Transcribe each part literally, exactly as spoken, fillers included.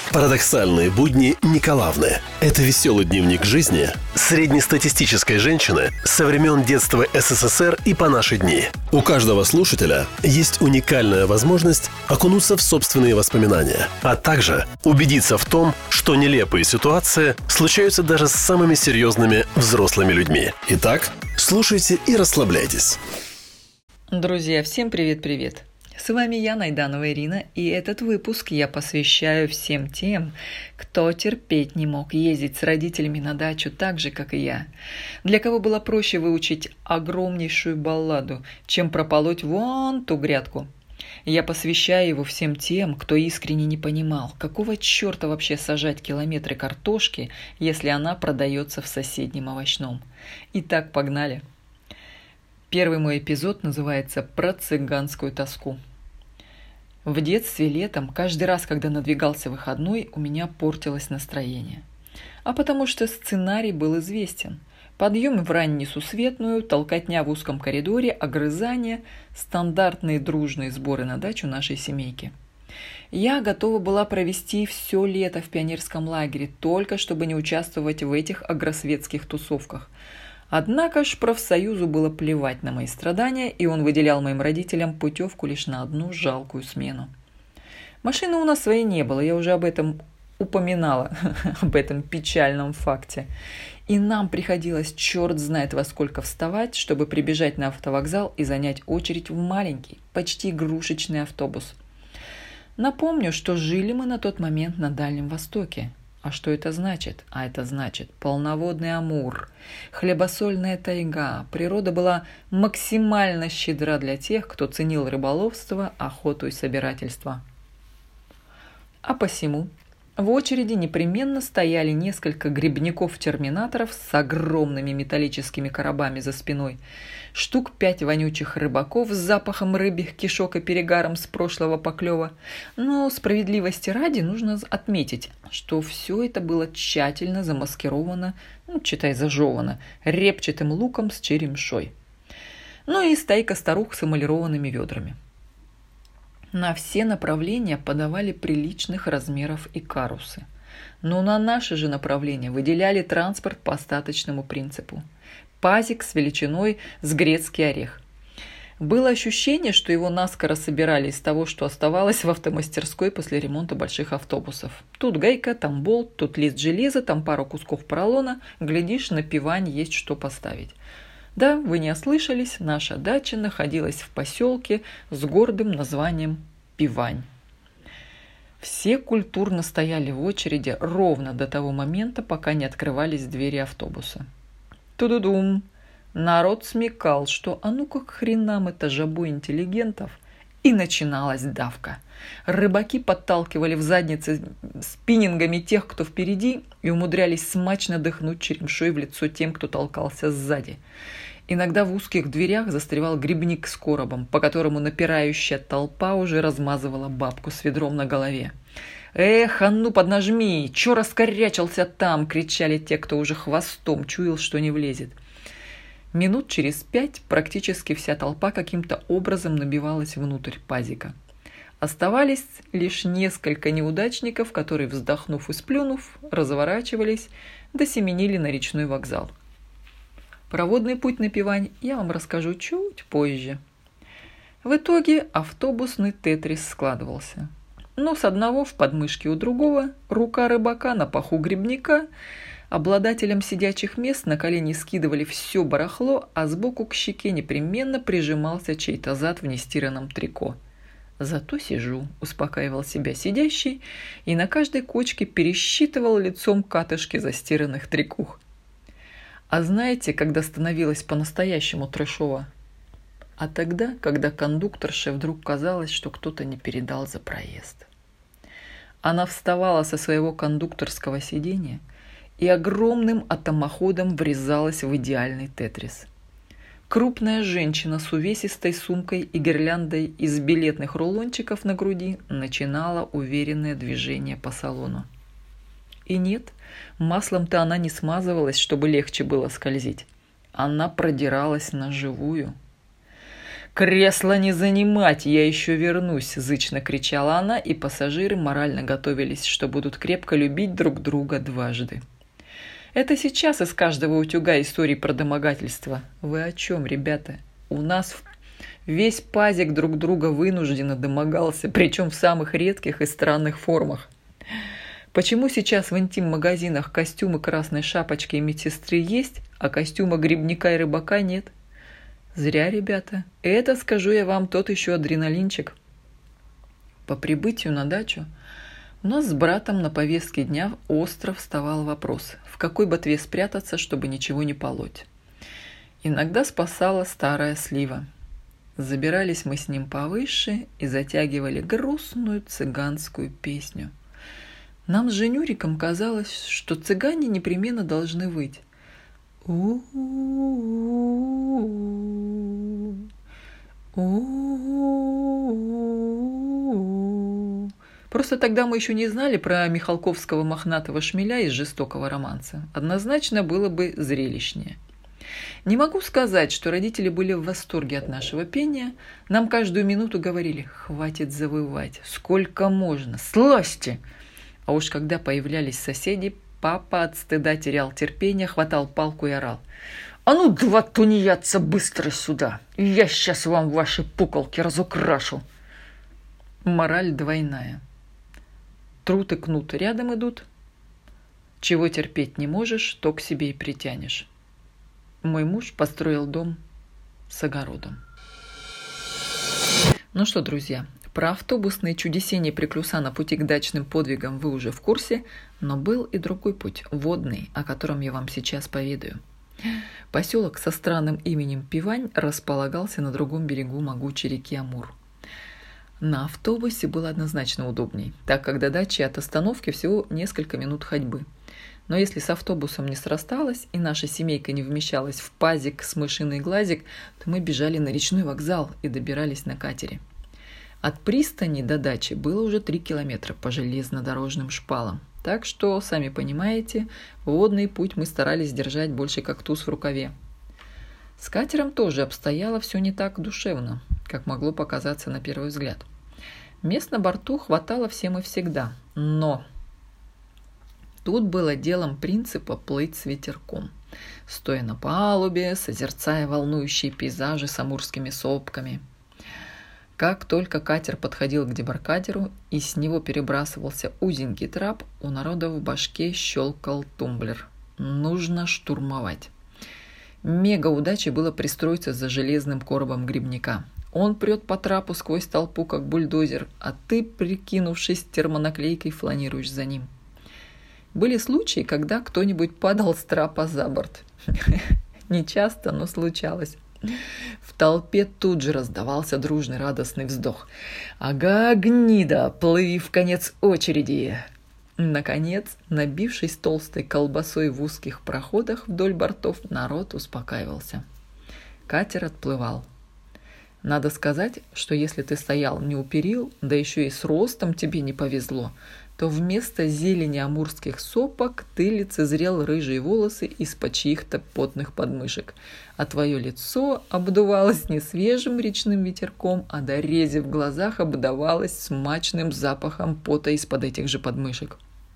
Парадоксальные будни Николавны. Это веселый дневник жизни среднестатистической женщины со времен детства СССР и по наши дни. У каждого слушателя есть уникальная возможность окунуться в собственные воспоминания, а также убедиться в том, что нелепые ситуации случаются даже с самыми серьезными взрослыми людьми. Итак, слушайте и расслабляйтесь. Друзья, всем привет-привет! С вами я, Найданова Ирина, и этот выпуск я посвящаю всем тем, кто терпеть не мог ездить с родителями на дачу так же, как и я. Для кого было проще выучить огромнейшую балладу, чем прополоть вон ту грядку. Я посвящаю его всем тем, кто искренне не понимал, какого черта вообще сажать километры картошки, если она продается в соседнем овощном. Итак, погнали. Первый мой эпизод называется «Про цыганскую тоску». В детстве летом, каждый раз, когда надвигался выходной, у меня портилось настроение. А потому что сценарий был известен. Подъем в рань несусветную, толкотня в узком коридоре, огрызания, стандартные дружные сборы на дачу нашей семейки. Я готова была провести все лето в пионерском лагере, только чтобы не участвовать в этих агросветских тусовках. Однако ж профсоюзу было плевать на мои страдания, и он выделял моим родителям путевку лишь на одну жалкую смену. Машины у нас своей не было, я уже об этом упоминала, об этом печальном факте. И нам приходилось черт знает во сколько вставать, чтобы прибежать на автовокзал и занять очередь в маленький, почти игрушечный автобус. Напомню, что жили мы на тот момент на Дальнем Востоке. А что это значит? А это значит полноводный Амур, хлебосольная тайга. Природа была максимально щедра для тех, кто ценил рыболовство, охоту и собирательство. А посему в очереди непременно стояли несколько грибников-терминаторов с огромными металлическими коробами за спиной, штук пять вонючих рыбаков с запахом рыбьих кишок и перегаром с прошлого поклёва. Но справедливости ради нужно отметить, что все это было тщательно замаскировано, ну, читай зажевано, репчатым луком с черемшой. Ну и стайка старух с эмалированными ведрами. На все направления подавали приличных размеров икарусы. Но на наши же направления выделяли транспорт по остаточному принципу. Пазик с величиной с грецкий орех. Было ощущение, что его наскоро собирали из того, что оставалось в автомастерской после ремонта больших автобусов. Тут гайка, там болт, тут лист железа, там пару кусков поролона. Глядишь, на пивань есть что поставить. Да, вы не ослышались, наша дача находилась в поселке с гордым названием Пивань. Все культурно стояли в очереди ровно до того момента, пока не открывались двери автобуса. Ту-ду-дум! Народ смекал, что а ну как хренам это жабо интеллигентов, и начиналась давка. Рыбаки подталкивали в задницы спиннингами тех, кто впереди, и умудрялись смачно дыхнуть черемшой в лицо тем, кто толкался сзади. Иногда в узких дверях застревал грибник с коробом, по которому напирающая толпа уже размазывала бабку с ведром на голове. «Эх, а ну поднажми! Чё раскорячился там?» — кричали те, кто уже хвостом чуял, что не влезет. Минут через пять практически вся толпа каким-то образом набивалась внутрь пазика. Оставались лишь несколько неудачников, которые, вздохнув и сплюнув, разворачивались, да семенили на речной вокзал. Проводный путь на Пивань я вам расскажу чуть позже. В итоге автобусный тетрис складывался. Нос одного в подмышке у другого, рука рыбака на паху грибника, обладателям сидячих мест на колени скидывали все барахло, а сбоку к щеке непременно прижимался чей-то зад в нестиранном трико. «Зато сижу», — успокаивал себя сидящий, и на каждой кочке пересчитывал лицом катышки застиранных трикух. А знаете, когда становилось по-настоящему трэшово? А тогда, когда кондукторше вдруг казалось, что кто-то не передал за проезд. Она вставала со своего кондукторского сиденья и огромным атомоходом врезалась в идеальный тетрис. Крупная женщина с увесистой сумкой и гирляндой из билетных рулончиков на груди начинала уверенное движение по салону. И нет, маслом-то она не смазывалась, чтобы легче было скользить. Она продиралась на живую. «Кресло не занимать, я еще вернусь!» – зычно кричала она, и пассажиры морально готовились, что будут крепко любить друг друга дважды. Это сейчас из каждого утюга истории про домогательство. Вы о чем, ребята? У нас весь пазик друг друга вынужденно домогался, причем в самых редких и странных формах. Почему сейчас в интим-магазинах костюмы красной шапочки и медсестры есть, а костюма грибника и рыбака нет? Зря, ребята. Это, скажу я вам, тот еще адреналинчик. По прибытию на дачу у нас с братом на повестке дня остро вставал вопрос, в какой ботве спрятаться, чтобы ничего не полоть. Иногда спасала старая слива. Забирались мы с ним повыше и затягивали грустную цыганскую песню. Нам с Женюриком казалось, что цыгане непременно должны выть. У-у-у-у, у-у-у-у. Просто тогда мы еще не знали про Михалковского мохнатого шмеля из «Жестокого романса». Однозначно было бы зрелищнее. Не могу сказать, что родители были в восторге от нашего пения. Нам каждую минуту говорили: «Хватит завывать, сколько можно, слазьте!» А уж когда появлялись соседи, папа от стыда терял терпение, хватал палку и орал: «А ну, два тунеядца, быстро сюда! Я сейчас вам ваши пуколки разукрашу!» Мораль двойная. Труд и кнут рядом идут. Чего терпеть не можешь, то к себе и притянешь. Мой муж построил дом с огородом. Ну что, друзья, про автобусные чудесения Приклюса на пути к дачным подвигам вы уже в курсе, но был и другой путь, водный, о котором я вам сейчас поведаю. Поселок со странным именем Пивань располагался на другом берегу могучей реки Амур. На автобусе было однозначно удобней, так как до дачи от остановки всего несколько минут ходьбы. Но если с автобусом не срасталось и наша семейка не вмещалась в пазик с мышиный глазик, то мы бежали на речной вокзал и добирались на катере. От пристани до дачи было уже три километра по железнодорожным шпалам, так что, сами понимаете, водный путь мы старались держать больше как туз в рукаве. С катером тоже обстояло все не так душевно, как могло показаться на первый взгляд. Мест на борту хватало всем и всегда, но тут было делом принципа плыть с ветерком, стоя на палубе, созерцая волнующие пейзажи с амурскими сопками. Как только катер подходил к дебаркадеру и с него перебрасывался узенький трап, у народа в башке щелкал тумблер. Нужно штурмовать. Мега удачей было пристроиться за железным коробом грибника. Он прет по трапу сквозь толпу, как бульдозер, а ты, прикинувшись термонаклейкой, фланируешь за ним. Были случаи, когда кто-нибудь падал с трапа за борт. Не часто, но случалось. В толпе тут же раздавался дружный радостный вздох. «Ага, гнида, плыви в конец очереди!» Наконец, набившись толстой колбасой в узких проходах вдоль бортов, народ успокаивался. Катер отплывал. Надо сказать, что если ты стоял не у перил, да еще и с ростом тебе не повезло, то вместо зелени амурских сопок ты лицезрел рыжие волосы из-под чьих-то потных подмышек, а твое лицо обдувалось не свежим речным ветерком, а до рези в глазах обдавалось смачным запахом пота из-под этих же подмышек.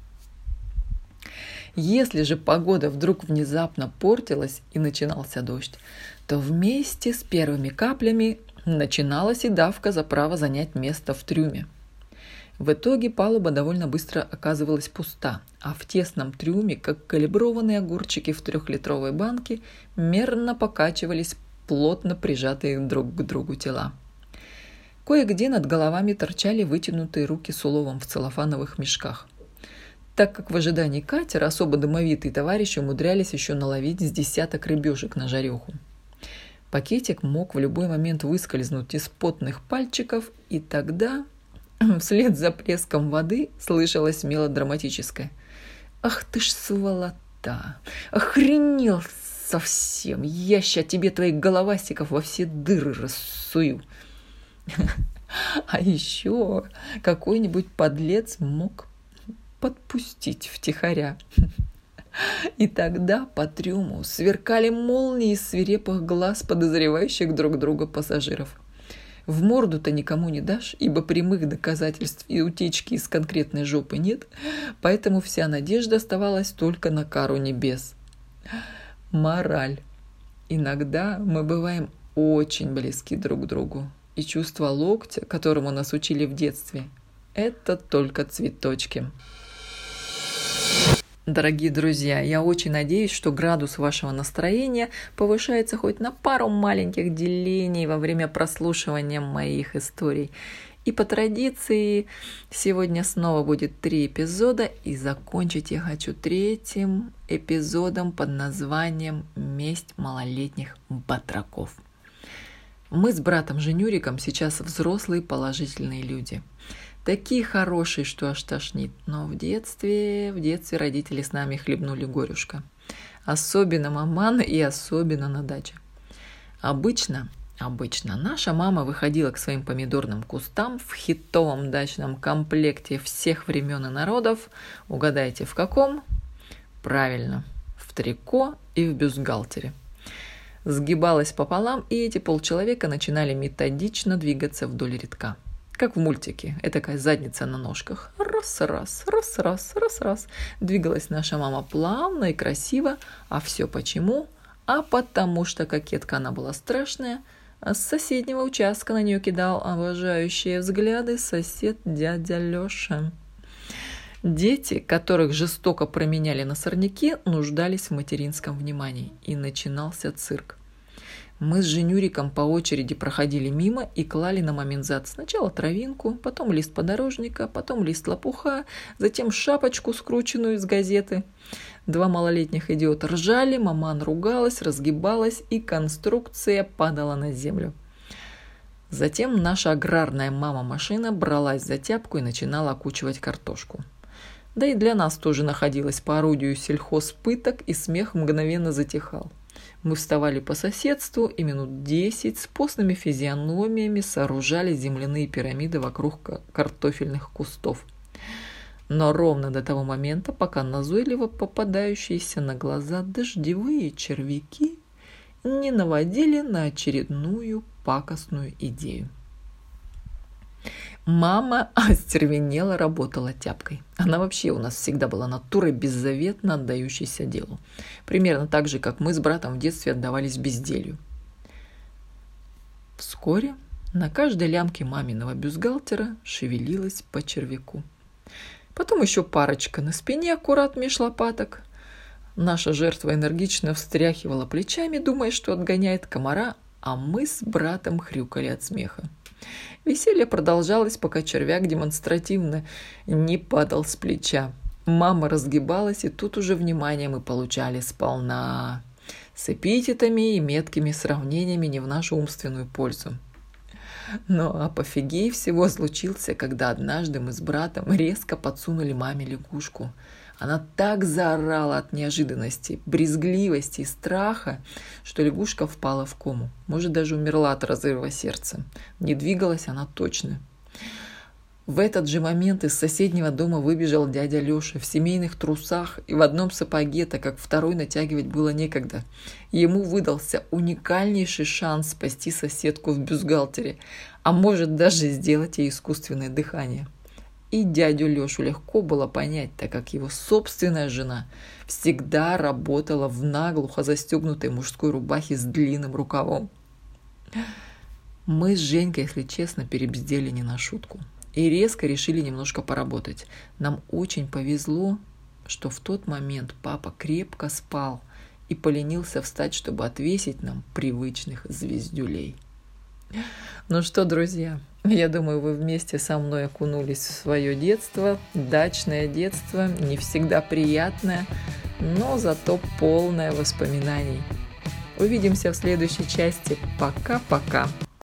Если же погода вдруг внезапно портилась и начинался дождь, то вместе с первыми каплями начиналась и давка за право занять место в трюме. В итоге палуба довольно быстро оказывалась пуста, а в тесном трюме, как калиброванные огурчики в трехлитровой банке, мерно покачивались плотно прижатые друг к другу тела. Кое-где над головами торчали вытянутые руки с уловом в целлофановых мешках, так как в ожидании катера особо домовитые товарищи умудрялись еще наловить с десяток рыбешек на жареху. Пакетик мог в любой момент выскользнуть из потных пальчиков, и тогда вслед за плеском воды слышалось мелодраматическое: «Ах ты ж сволота! Охренел совсем! Я ща тебе твоих головастиков во все дыры рассую!» А еще какой-нибудь подлец мог подпустить втихаря. И тогда по трюму сверкали молнии из свирепых глаз подозревающих друг друга пассажиров. В морду-то никому не дашь, ибо прямых доказательств и утечки из конкретной жопы нет, поэтому вся надежда оставалась только на кару небес. Мораль. Иногда мы бываем очень близки друг к другу, и чувство локтя, которому нас учили в детстве, это только цветочки. Дорогие друзья, я очень надеюсь, что градус вашего настроения повышается хоть на пару маленьких делений во время прослушивания моих историй. И по традиции сегодня снова будет три эпизода, и закончить я хочу третьим эпизодом под названием «Месть малолетних батраков». Мы с братом Женюриком сейчас взрослые положительные люди. Такие хорошие, что аж тошнит. Но в детстве, в детстве родители с нами хлебнули горюшка. Особенно маман и особенно на даче. Обычно, обычно наша мама выходила к своим помидорным кустам в хитовом дачном комплекте всех времен и народов. Угадайте, в каком? Правильно, в трико и в бюстгальтере. Сгибалась пополам, и эти полчеловека начинали методично двигаться вдоль рядка. Как в мультике, этакая задница на ножках. Раз-раз, раз-раз, раз-раз. Двигалась наша мама плавно и красиво. А все почему? А потому что кокетка она была страшная. А с соседнего участка на нее кидал обожающие взгляды сосед дядя Леша. Дети, которых жестоко променяли на сорняки, нуждались в материнском внимании. И начинался цирк. Мы с Женюриком по очереди проходили мимо и клали на маминзад сначала травинку, потом лист подорожника, потом лист лопуха, затем шапочку, скрученную из газеты. Два малолетних идиота ржали, маман ругалась, разгибалась, и конструкция падала на землю. Затем наша аграрная мама-машина бралась за тяпку и начинала окучивать картошку. Да и для нас тоже находилось по орудию сельхозпыток, и смех мгновенно затихал. Мы вставали по соседству и минут десять с постными физиономиями сооружали земляные пирамиды вокруг картофельных кустов. Но ровно до того момента, пока назойливо попадающиеся на глаза дождевые червяки не наводили на очередную пакостную идею. Мама остервенело работала тяпкой. Она вообще у нас всегда была натурой беззаветно отдающейся делу. Примерно так же, как мы с братом в детстве отдавались безделью. Вскоре на каждой лямке маминого бюстгальтера шевелилась по червяку. Потом еще парочка на спине аккурат меж лопаток. Наша жертва энергично встряхивала плечами, думая, что отгоняет комара, а мы с братом хрюкали от смеха. Веселье продолжалось, пока червяк демонстративно не падал с плеча. Мама разгибалась, и тут уже внимание мы получали сполна, с эпитетами и меткими сравнениями не в нашу умственную пользу. Но апофигей всего случился, когда однажды мы с братом резко подсунули маме лягушку. Она так заорала от неожиданности, брезгливости и страха, что лягушка впала в кому. Может, даже умерла от разрыва сердца. Не двигалась она точно. В этот же момент из соседнего дома выбежал дядя Леша в семейных трусах и в одном сапоге, так как второй натягивать было некогда. Ему выдался уникальнейший шанс спасти соседку в бюстгальтере, а может даже сделать ей искусственное дыхание. И дядю Лешу легко было понять, так как его собственная жена всегда работала в наглухо застегнутой мужской рубахе с длинным рукавом. Мы с Женькой, если честно, перебздели не на шутку. И резко решили немножко поработать. Нам очень повезло, что в тот момент папа крепко спал и поленился встать, чтобы отвесить нам привычных звездюлей. Ну что, друзья, я думаю, вы вместе со мной окунулись в свое детство, дачное детство, не всегда приятное, но зато полное воспоминаний. Увидимся в следующей части. Пока-пока.